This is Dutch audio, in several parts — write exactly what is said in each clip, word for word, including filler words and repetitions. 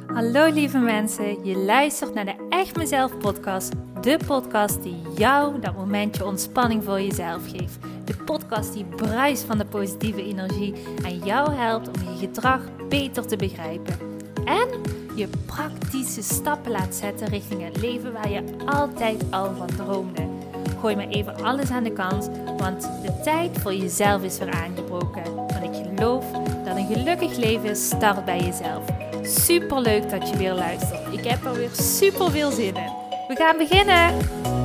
Hallo lieve mensen, je luistert naar de Echt Mezelf podcast. De podcast die jou dat momentje ontspanning voor jezelf geeft. De podcast die bruist van de positieve energie en jou helpt om je gedrag beter te begrijpen. En je praktische stappen laat zetten richting het leven waar je altijd al van droomde. Gooi maar even alles aan de kant, want de tijd voor jezelf is weer aangebroken. Want ik geloof dat een gelukkig leven start bij jezelf. Super leuk dat je weer luistert. Ik heb er weer super veel zin in. We gaan beginnen!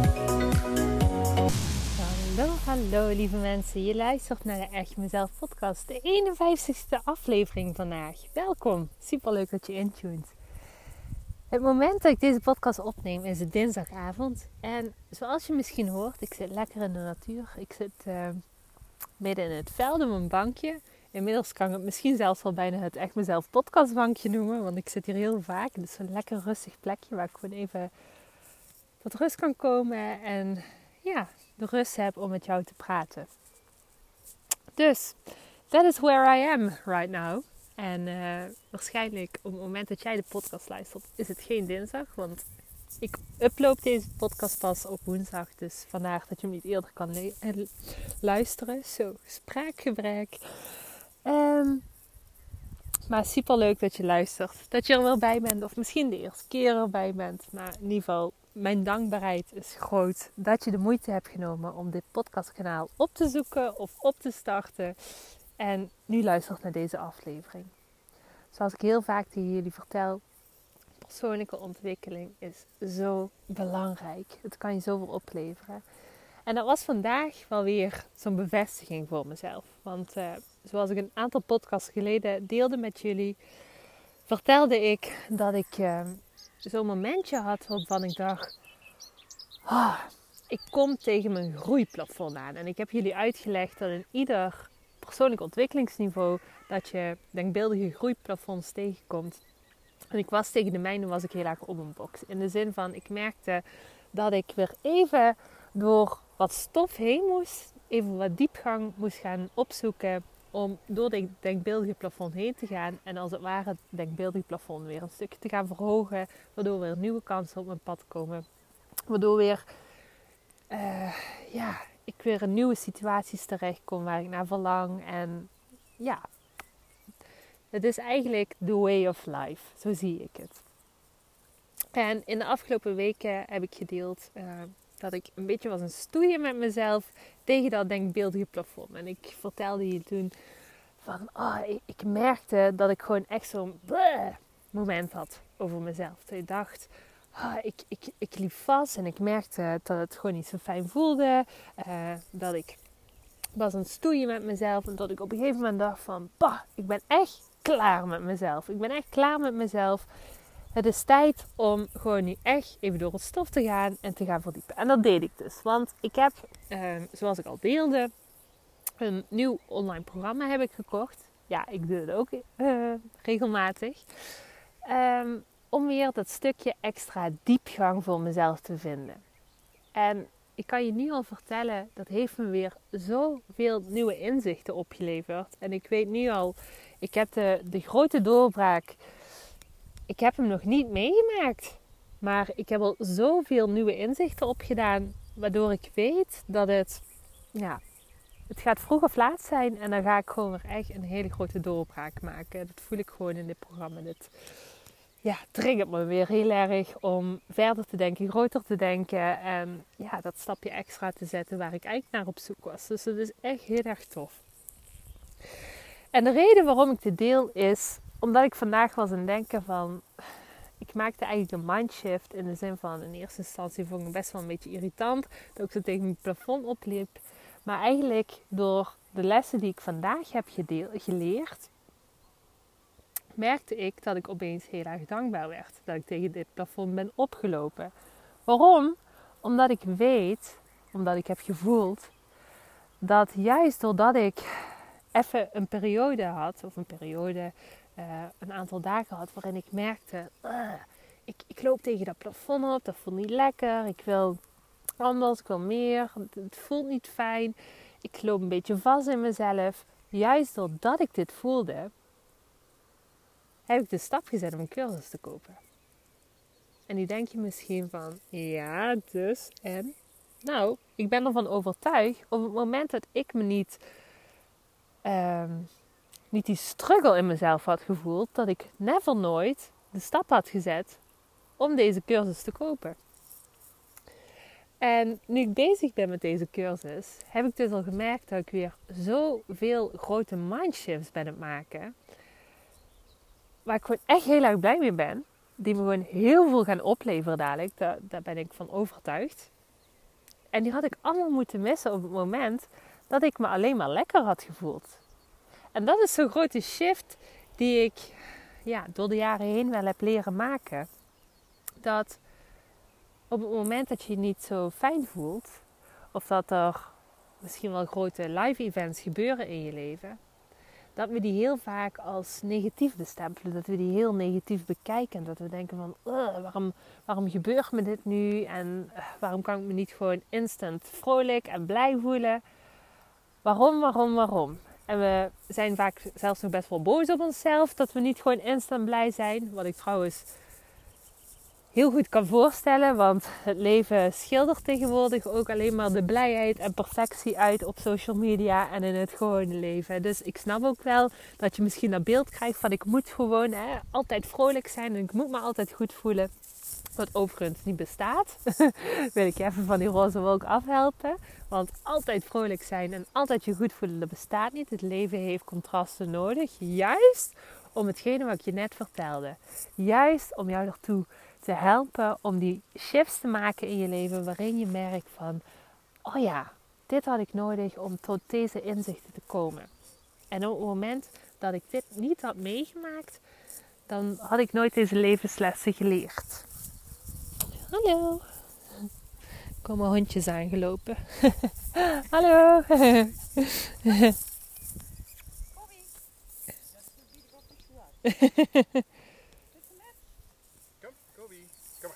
Hallo, hallo lieve mensen. Je luistert naar de Echt Mezelf podcast. De eenenvijftigste aflevering vandaag. Welkom. Super leuk dat je intuned. Het moment dat ik deze podcast opneem is het dinsdagavond. En zoals je misschien hoort, ik zit lekker in de natuur. Ik zit uh, midden in het veld op een bankje. Inmiddels kan ik het misschien zelfs wel bijna het Echt Mezelf podcastbankje noemen. Want ik zit hier heel vaak. Het is een lekker rustig plekje waar ik gewoon even tot rust kan komen. En ja, de rust heb om met jou te praten. Dus, that is where I am right now. En uh, waarschijnlijk op het moment dat jij de podcast luistert is het geen dinsdag. Want ik upload deze podcast pas op woensdag. Dus vandaar dat je hem niet eerder kan le- luisteren. Zo, spraakgebrek. Um, maar super leuk dat je luistert. Dat je er wel bij bent. Of misschien de eerste keer erbij bent. Maar in ieder geval, mijn dankbaarheid is groot. Dat je de moeite hebt genomen om dit podcastkanaal op te zoeken. Of op te starten. En nu luistert naar deze aflevering. Zoals ik heel vaak tegen jullie vertel. Persoonlijke ontwikkeling is zo belangrijk. Het kan je zoveel opleveren. En dat was vandaag wel weer zo'n bevestiging voor mezelf. Want uh, zoals ik een aantal podcasts geleden deelde met jullie, vertelde ik dat ik uh, zo'n momentje had waarvan ik dacht, oh, ik kom tegen mijn groeiplafond aan. En ik heb jullie uitgelegd dat in ieder persoonlijk ontwikkelingsniveau dat je denkbeeldige groeiplafonds tegenkomt. En ik was tegen de mijne was ik heel erg op een box. In de zin van, ik merkte dat ik weer even door wat stof heen moest, even wat diepgang moest gaan opzoeken om door dit denkbeeldige plafond heen te gaan en als het ware het denkbeeldige plafond weer een stukje te gaan verhogen, waardoor weer nieuwe kansen op mijn pad komen, waardoor weer uh, ja, ik weer in nieuwe situaties terechtkom waar ik naar verlang. En ja, het is eigenlijk the way of life, zo zie ik het. En in de afgelopen weken heb ik gedeeld uh, dat ik een beetje was een stoeien met mezelf tegen dat denkbeeldige plafond. En ik vertelde je toen van, oh, ik, ik merkte dat ik gewoon echt zo'n bleh moment had over mezelf. Dat ik dacht, oh, ik, ik, ik liep vast en ik merkte dat het gewoon niet zo fijn voelde. Uh, dat ik was aan het stoeien met mezelf en dat ik op een gegeven moment dacht van, bah, ik ben echt klaar met mezelf. Ik ben echt klaar met mezelf. Het is tijd om gewoon nu echt even door het stof te gaan en te gaan verdiepen. En dat deed ik dus. Want ik heb, uh, zoals ik al deelde, een nieuw online programma heb ik gekocht. Ja, ik doe het ook uh, regelmatig. Um, om weer dat stukje extra diepgang voor mezelf te vinden. En ik kan je nu al vertellen, dat heeft me weer zoveel nieuwe inzichten opgeleverd. En ik weet nu al, ik heb de, de grote doorbraak. Ik heb hem nog niet meegemaakt, maar ik heb al zoveel nieuwe inzichten opgedaan, waardoor ik weet dat het, ja, het gaat vroeg of laat zijn en dan ga ik gewoon weer echt een hele grote doorbraak maken. Dat voel ik gewoon in dit programma. Dit, ja, triggert me weer heel erg om verder te denken, groter te denken en ja, dat stapje extra te zetten waar ik eigenlijk naar op zoek was. Dus dat is echt heel erg tof. En de reden waarom ik dit deel is omdat ik vandaag was aan het denken van, ik maakte eigenlijk een mindshift in de zin van, in eerste instantie vond ik het best wel een beetje irritant, dat ik zo tegen mijn plafond opliep. Maar eigenlijk door de lessen die ik vandaag heb gedeel, geleerd, merkte ik dat ik opeens heel erg dankbaar werd. Dat ik tegen dit plafond ben opgelopen. Waarom? Omdat ik weet, omdat ik heb gevoeld, dat juist doordat ik even een periode had, of een periode... Uh, een aantal dagen had waarin ik merkte, uh, ik, ik loop tegen dat plafond op, dat voelt niet lekker, ik wil anders, ik wil meer, het, het voelt niet fijn, ik loop een beetje vast in mezelf. Juist doordat ik dit voelde, heb ik de stap gezet om een cursus te kopen. En nu denk je misschien van, ja, dus en? Nou, ik ben ervan overtuigd, op het moment dat ik me niet, um, niet die struggle in mezelf had gevoeld, dat ik never nooit de stap had gezet om deze cursus te kopen. En nu ik bezig ben met deze cursus, heb ik dus al gemerkt dat ik weer zoveel grote mindshifts ben aan het maken. Waar ik gewoon echt heel erg blij mee ben. Die me gewoon heel veel gaan opleveren dadelijk. Daar, daar ben ik van overtuigd. En die had ik allemaal moeten missen op het moment dat ik me alleen maar lekker had gevoeld. En dat is zo'n grote shift die ik ja, door de jaren heen wel heb leren maken. Dat op het moment dat je je niet zo fijn voelt, of dat er misschien wel grote live events gebeuren in je leven, dat we die heel vaak als negatief bestempelen. Dat we die heel negatief bekijken. Dat we denken van, waarom, waarom gebeurt me dit nu? En uh, waarom kan ik me niet gewoon instant vrolijk en blij voelen? Waarom, waarom, waarom? En we zijn vaak zelfs nog best wel boos op onszelf dat we niet gewoon instant blij zijn. Wat ik trouwens heel goed kan voorstellen, want het leven schildert tegenwoordig ook alleen maar de blijheid en perfectie uit op social media en in het gewone leven. Dus ik snap ook wel dat je misschien dat beeld krijgt van ik moet gewoon hè, altijd vrolijk zijn en ik moet me altijd goed voelen. Wat overigens niet bestaat. Wil ik je even van die roze wolk afhelpen. Want altijd vrolijk zijn en altijd je goed voelen, dat bestaat niet. Het leven heeft contrasten nodig. Juist om hetgene wat ik je net vertelde. Juist om jou ertoe te helpen om die shifts te maken in je leven. Waarin je merkt van, oh ja, dit had ik nodig om tot deze inzichten te komen. En op het moment dat ik dit niet had meegemaakt, dan had ik nooit deze levenslessen geleerd. Hallo. Er komen hondjes aangelopen. Hallo. Bobby. Kom, Kobe. Kom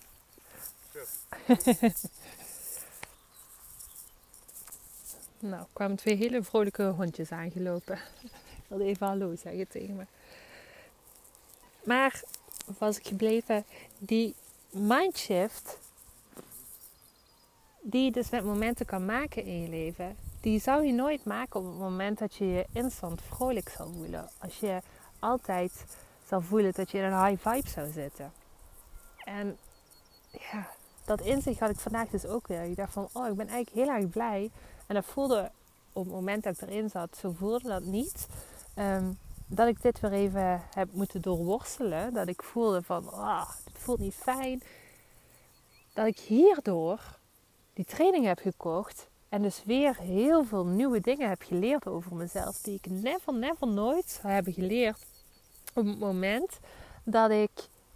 maar. Nou, er kwamen twee hele vrolijke hondjes aangelopen. Ik wilde even hallo zeggen tegen me. Maar was ik gebleven, die mindshift die je dus met momenten kan maken in je leven, die zou je nooit maken op het moment dat je je instant vrolijk zal voelen. Als je altijd zal voelen dat je in een high vibe zou zitten. En ja, dat inzicht had ik vandaag dus ook weer. Ik dacht van, oh, ik ben eigenlijk heel erg blij. En dat voelde op het moment dat ik erin zat, zo voelde dat niet. Um, dat ik dit weer even heb moeten doorworstelen. Dat ik voelde van, oh, dit voelt niet fijn. Dat ik hierdoor die training heb gekocht. En dus weer heel veel nieuwe dingen heb geleerd over mezelf. Die ik never, never, nooit zou hebben geleerd. Op het moment dat ik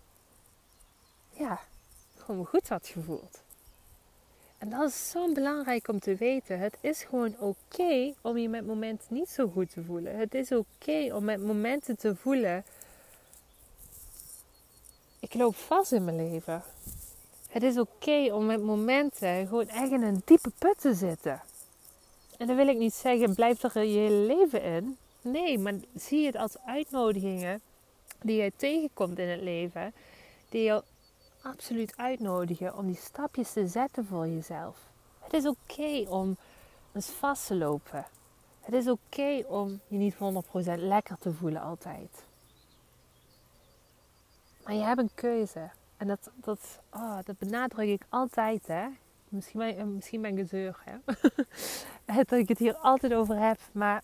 ja, gewoon me goed had gevoeld. En dat is zo belangrijk om te weten. Het is gewoon oké okay om je met momenten niet zo goed te voelen. Het is oké okay om met momenten te voelen. Ik loop vast in mijn leven. Het is oké okay om met momenten gewoon echt in een diepe put te zitten. En dan wil ik niet zeggen, blijf er je hele leven in. Nee, maar zie het als uitnodigingen die je tegenkomt in het leven. Die je absoluut uitnodigen om die stapjes te zetten voor jezelf. Het is oké okay om eens vast te lopen. Het is oké okay om je niet honderd procent lekker te voelen altijd. Maar je hebt een keuze. En dat, dat, oh, dat benadruk ik altijd. Hè? Misschien, ben, misschien ben ik een zeur. Hè? dat ik het hier altijd over heb. Maar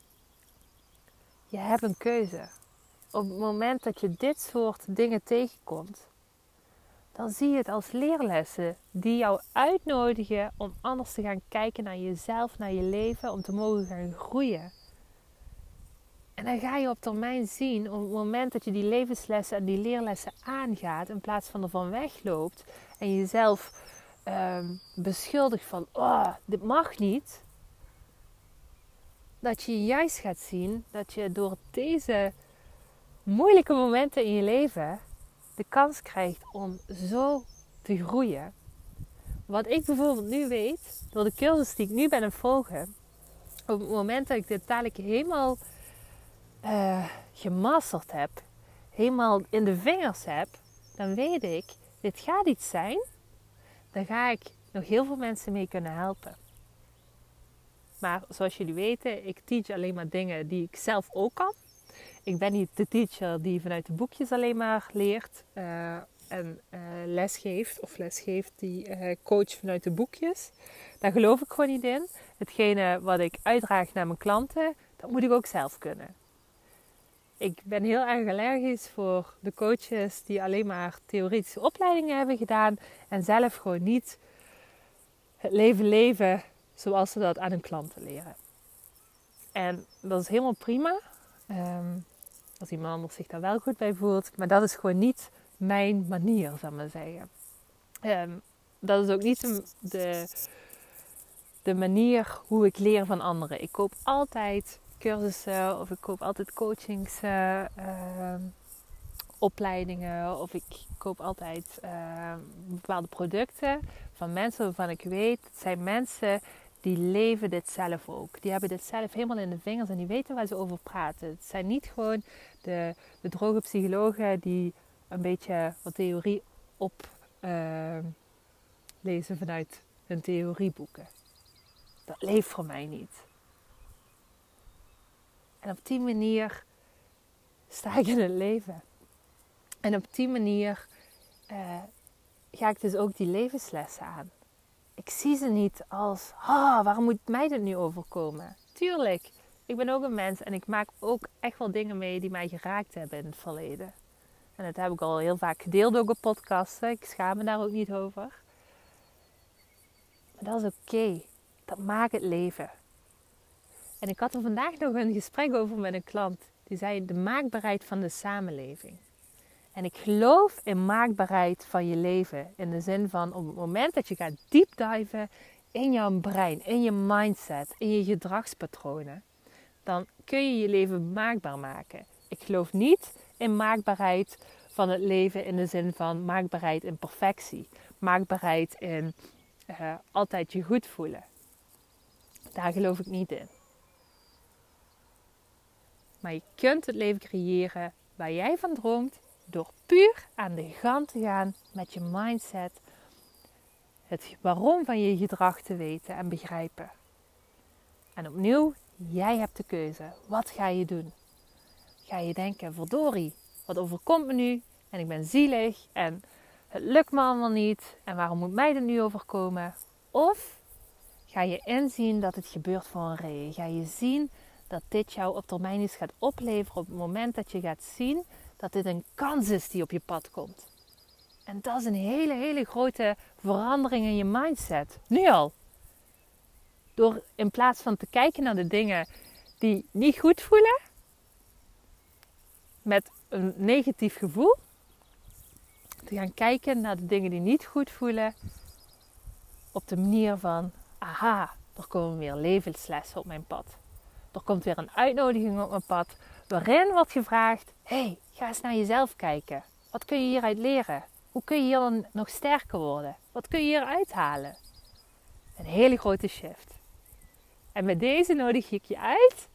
je hebt een keuze. Op het moment dat je dit soort dingen tegenkomt, dan zie je het als leerlessen die jou uitnodigen om anders te gaan kijken naar jezelf, naar je leven, om te mogen gaan groeien. En dan ga je op termijn zien, op het moment dat je die levenslessen en die leerlessen aangaat, in plaats van ervan wegloopt en jezelf um, beschuldigt van, oh, dit mag niet, dat je juist gaat zien dat je door deze moeilijke momenten in je leven de kans krijgt om zo te groeien. Wat ik bijvoorbeeld nu weet, door de cursus die ik nu ben aan het volgen, op het moment dat ik dit dadelijk helemaal uh, gemasterd heb, helemaal in de vingers heb, dan weet ik, dit gaat iets zijn. Dan ga ik nog heel veel mensen mee kunnen helpen. Maar zoals jullie weten, ik teach alleen maar dingen die ik zelf ook kan. Ik ben niet de teacher die vanuit de boekjes alleen maar leert uh, en uh, les geeft. Of les geeft die uh, coach vanuit de boekjes. Daar geloof ik gewoon niet in. Hetgene wat ik uitdraag naar mijn klanten, dat moet ik ook zelf kunnen. Ik ben heel erg allergisch voor de coaches die alleen maar theoretische opleidingen hebben gedaan. En zelf gewoon niet het leven leven zoals ze dat aan hun klanten leren. En dat is helemaal prima. Um, als iemand anders zich daar wel goed bij voelt. Maar dat is gewoon niet mijn manier, zal ik maar zeggen. Um, dat is ook niet de, de, de manier hoe ik leer van anderen. Ik koop altijd cursussen of ik koop altijd coachings, uh, uh, opleidingen. Of ik koop altijd uh, bepaalde producten van mensen waarvan ik weet, het zijn mensen die leven dit zelf ook. Die hebben dit zelf helemaal in de vingers en die weten waar ze over praten. Het zijn niet gewoon de, de droge psychologen die een beetje wat theorie op uh, lezen vanuit hun theorieboeken. Dat leeft voor mij niet. En op die manier sta ik in het leven. En op die manier uh, ga ik dus ook die levenslessen aan. Ik zie ze niet als, ah, waarom moet mij dit nu overkomen? Tuurlijk, ik ben ook een mens en ik maak ook echt wel dingen mee die mij geraakt hebben in het verleden. En dat heb ik al heel vaak gedeeld ook op podcasten. Ik schaam me daar ook niet over. Maar dat is oké. Okay. Dat maakt het leven. En ik had er vandaag nog een gesprek over met een klant. Die zei de maakbaarheid van de samenleving. En ik geloof in maakbaarheid van je leven. In de zin van op het moment dat je gaat deepdiven in jouw brein, in je mindset, in je gedragspatronen. Dan kun je je leven maakbaar maken. Ik geloof niet in maakbaarheid van het leven in de zin van maakbaarheid in perfectie. Maakbaarheid in uh, altijd je goed voelen. Daar geloof ik niet in. Maar je kunt het leven creëren waar jij van droomt. Door puur aan de gang te gaan met je mindset. Het waarom van je gedrag te weten en begrijpen. En opnieuw, jij hebt de keuze. Wat ga je doen? Ga je denken, verdorie, wat overkomt me nu? En ik ben zielig en het lukt me allemaal niet. En waarom moet mij dit nu overkomen? Of ga je inzien dat het gebeurt voor een reden? Ga je zien dat dit jou op termijn iets gaat opleveren op het moment dat je gaat zien dat dit een kans is die op je pad komt. En dat is een hele, hele grote verandering in je mindset. Nu al. Door in plaats van te kijken naar de dingen die niet goed voelen, met een negatief gevoel, te gaan kijken naar de dingen die niet goed voelen, op de manier van, aha, er komen weer levenslessen op mijn pad. Er komt weer een uitnodiging op mijn pad, waarin wordt gevraagd, hey, ga eens naar jezelf kijken. Wat kun je hieruit leren? Hoe kun je hier dan nog sterker worden? Wat kun je hier uithalen? Een hele grote shift. En met deze nodig ik je uit.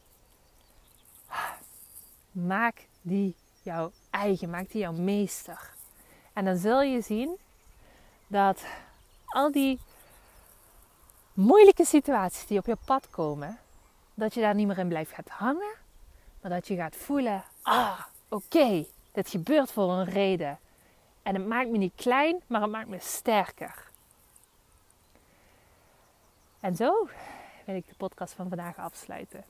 Maak die jouw eigen, maak die jouw meester. En dan zul je zien dat al die moeilijke situaties die op je pad komen, dat je daar niet meer in blijft gaat hangen, maar dat je gaat voelen, ah, oké, okay, dit gebeurt voor een reden. En het maakt me niet klein, maar het maakt me sterker. En zo wil ik de podcast van vandaag afsluiten.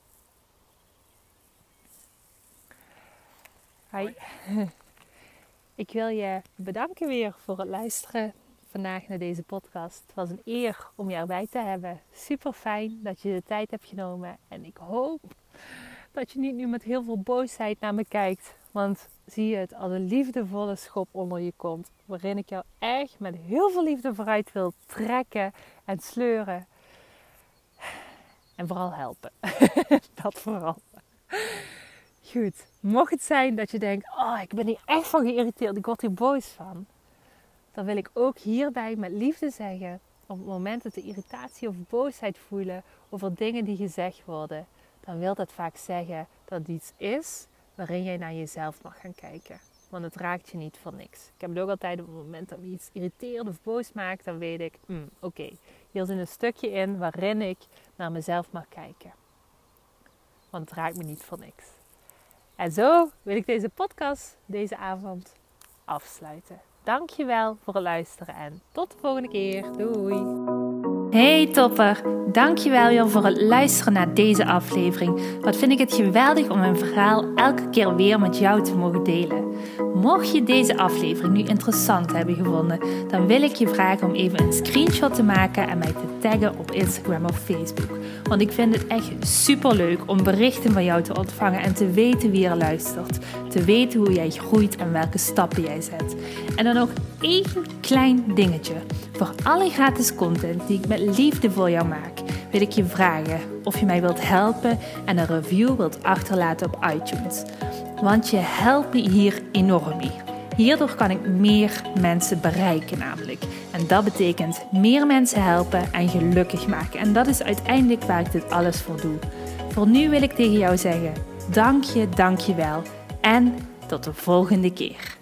Hi. Ik wil je bedanken weer voor het luisteren vandaag naar deze podcast. Het was een eer om je erbij te hebben. Super fijn dat je de tijd hebt genomen. En ik hoop dat je niet nu met heel veel boosheid naar me kijkt. Want zie je het als een liefdevolle schop onder je kont. Waarin ik jou echt met heel veel liefde vooruit wil trekken en sleuren. En vooral helpen. Dat vooral. Goed. Mocht het zijn dat je denkt, oh, ik ben hier echt van geïrriteerd. Ik word hier boos van. Dan wil ik ook hierbij met liefde zeggen. Op het moment dat de irritatie of boosheid voelen over dingen die gezegd worden. Dan wil dat vaak zeggen dat het iets is waarin jij naar jezelf mag gaan kijken. Want het raakt je niet voor niks. Ik heb het ook altijd op het moment dat me iets irriteert of boos maakt. Dan weet ik, mm, oké, okay, hier zit een stukje in waarin ik naar mezelf mag kijken. Want het raakt me niet voor niks. En zo wil ik deze podcast deze avond afsluiten. Dankjewel voor het luisteren en tot de volgende keer. Doei! Hey topper, dankjewel weer voor het luisteren naar deze aflevering. Wat vind ik het geweldig om mijn verhaal elke keer weer met jou te mogen delen. Mocht je deze aflevering nu interessant hebben gevonden, dan wil ik je vragen om even een screenshot te maken en mij te taggen op Instagram of Facebook. Want ik vind het echt superleuk om berichten van jou te ontvangen en te weten wie er luistert. Te weten hoe jij groeit en welke stappen jij zet. En dan nog één klein dingetje. Voor alle gratis content die ik met liefde voor jou maak, wil ik je vragen of je mij wilt helpen en een review wilt achterlaten op iTunes. Want je helpt me hier enorm mee. Hierdoor kan ik meer mensen bereiken namelijk. En dat betekent meer mensen helpen en gelukkig maken. En dat is uiteindelijk waar ik dit alles voor doe. Voor nu wil ik tegen jou zeggen, dank je, dank je wel. En tot de volgende keer.